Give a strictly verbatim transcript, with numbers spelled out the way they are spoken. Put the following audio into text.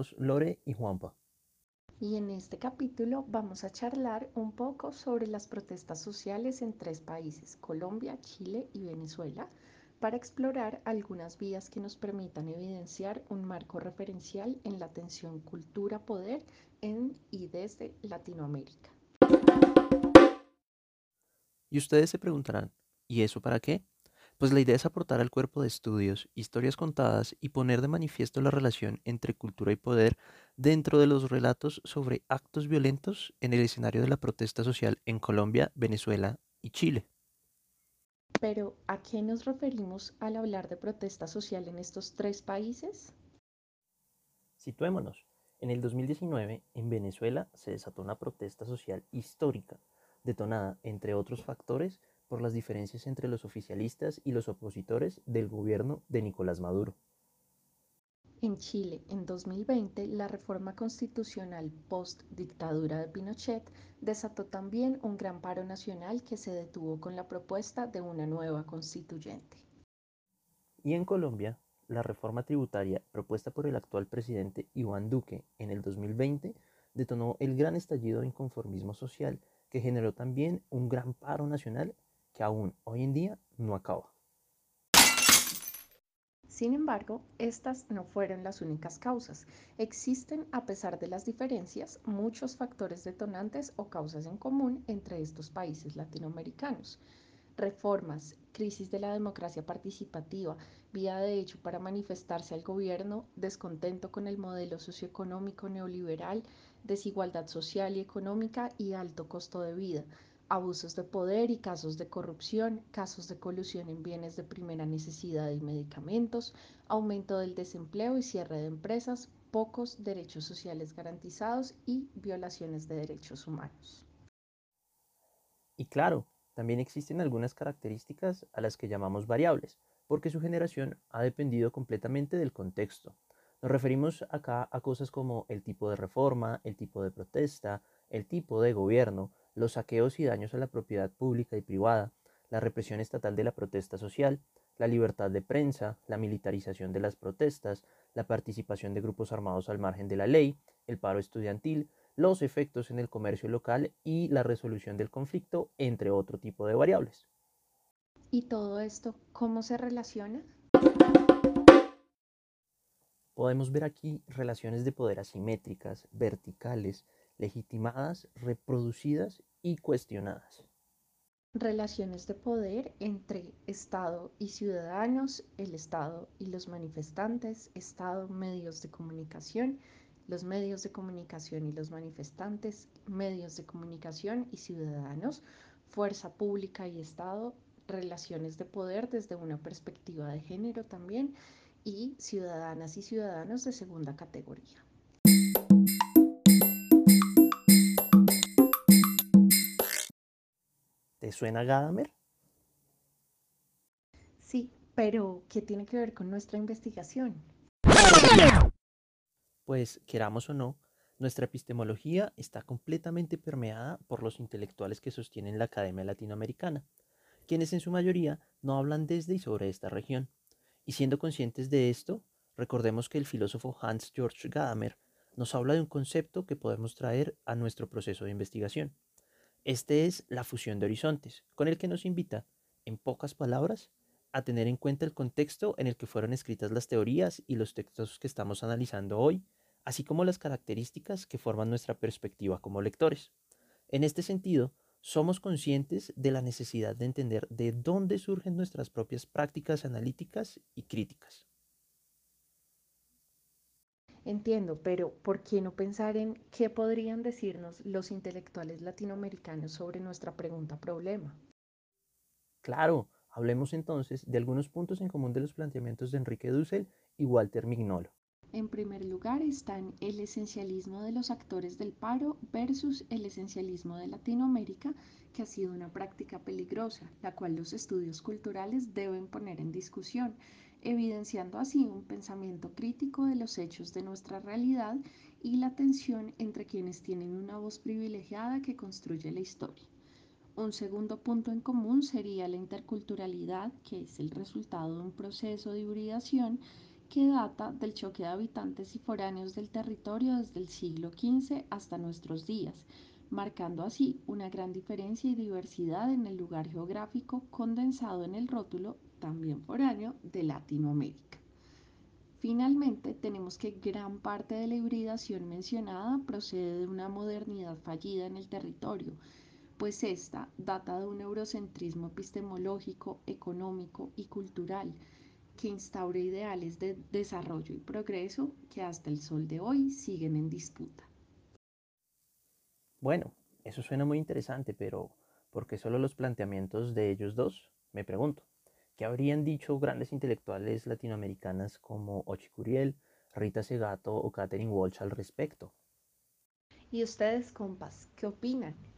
somos Lore y Juanpa. Y en este capítulo vamos a charlar un poco sobre las protestas sociales en tres países, Colombia, Chile y Venezuela, para explorar algunas vías que nos permitan evidenciar un marco referencial en la tensión cultura-poder en y desde Latinoamérica. Y ustedes se preguntarán, ¿y eso para qué? Pues la idea es aportar al cuerpo de estudios, historias contadas y poner de manifiesto la relación entre cultura y poder dentro de los relatos sobre actos violentos en el escenario de la protesta social en Colombia, Venezuela y Chile. Pero, ¿a qué nos referimos al hablar de protesta social en estos tres países? Situémonos. En el dos mil diecinueve, en Venezuela se desató una protesta social histórica, detonada, entre otros factores, por las diferencias entre los oficialistas y los opositores del gobierno de Nicolás Maduro. En Chile, en dos mil veinte, la reforma constitucional post-dictadura de Pinochet desató también un gran paro nacional que se detuvo con la propuesta de una nueva constituyente. Y en Colombia, la reforma tributaria propuesta por el actual presidente Iván Duque en el dos mil veinte detonó el gran estallido de inconformismo social que generó también un gran paro nacional que aún hoy en día no acaba. Sin embargo, estas no fueron las únicas causas. Existen, a pesar de las diferencias, muchos factores detonantes o causas en común entre estos países latinoamericanos. Reformas, crisis de la democracia participativa, vía de hecho para manifestarse al gobierno, descontento con el modelo socioeconómico neoliberal, desigualdad social y económica y alto costo de vida, abusos de poder y casos de corrupción, casos de colusión en bienes de primera necesidad y medicamentos, aumento del desempleo y cierre de empresas, pocos derechos sociales garantizados y violaciones de derechos humanos. Y claro, también existen algunas características a las que llamamos variables, porque su generación ha dependido completamente del contexto. Nos referimos acá a cosas como el tipo de reforma, el tipo de protesta, el tipo de gobierno, los saqueos y daños a la propiedad pública y privada, la represión estatal de la protesta social, la libertad de prensa, la militarización de las protestas, la participación de grupos armados al margen de la ley, el paro estudiantil, los efectos en el comercio local y la resolución del conflicto, entre otro tipo de variables. ¿Y todo esto cómo se relaciona? Podemos ver aquí relaciones de poder asimétricas, verticales, legitimadas, reproducidas y cuestionadas. Relaciones de poder entre Estado y ciudadanos, el Estado y los manifestantes, Estado, medios de comunicación, los medios de comunicación y los manifestantes, medios de comunicación y ciudadanos, fuerza pública y Estado, relaciones de poder desde una perspectiva de género también y ciudadanas y ciudadanos de segunda categoría. ¿Te suena Gadamer? Sí, pero ¿qué tiene que ver con nuestra investigación? Pues, queramos o no, nuestra epistemología está completamente permeada por los intelectuales que sostienen la Academia Latinoamericana, quienes en su mayoría no hablan desde y sobre esta región. Y siendo conscientes de esto, recordemos que el filósofo Hans Georg Gadamer nos habla de un concepto que podemos traer a nuestro proceso de investigación. Este es la fusión de horizontes, con el que nos invita, en pocas palabras, a tener en cuenta el contexto en el que fueron escritas las teorías y los textos que estamos analizando hoy, así como las características que forman nuestra perspectiva como lectores. En este sentido, somos conscientes de la necesidad de entender de dónde surgen nuestras propias prácticas analíticas y críticas. Entiendo, pero ¿por qué no pensar en qué podrían decirnos los intelectuales latinoamericanos sobre nuestra pregunta problema? Claro, hablemos entonces de algunos puntos en común de los planteamientos de Enrique Dussel y Walter Mignolo. En primer lugar están el esencialismo de los actores del paro versus el esencialismo de Latinoamérica, que ha sido una práctica peligrosa, la cual los estudios culturales deben poner en discusión, evidenciando así un pensamiento crítico de los hechos de nuestra realidad y la tensión entre quienes tienen una voz privilegiada que construye la historia. Un segundo punto en común sería la interculturalidad, que es el resultado de un proceso de hibridación que data del choque de habitantes y foráneos del territorio desde el siglo quince hasta nuestros días, marcando así una gran diferencia y diversidad en el lugar geográfico condensado en el rótulo, también foráneo, de Latinoamérica. Finalmente, tenemos que gran parte de la hibridación mencionada procede de una modernidad fallida en el territorio, pues esta data de un eurocentrismo epistemológico, económico y cultural que instaura ideales de desarrollo y progreso que hasta el sol de hoy siguen en disputa. Bueno, eso suena muy interesante, pero ¿por qué solo los planteamientos de ellos dos? Me pregunto. ¿Qué habrían dicho grandes intelectuales latinoamericanas como Ochi Curiel, Rita Segato o Catherine Walsh al respecto? ¿Y ustedes, compas, qué opinan?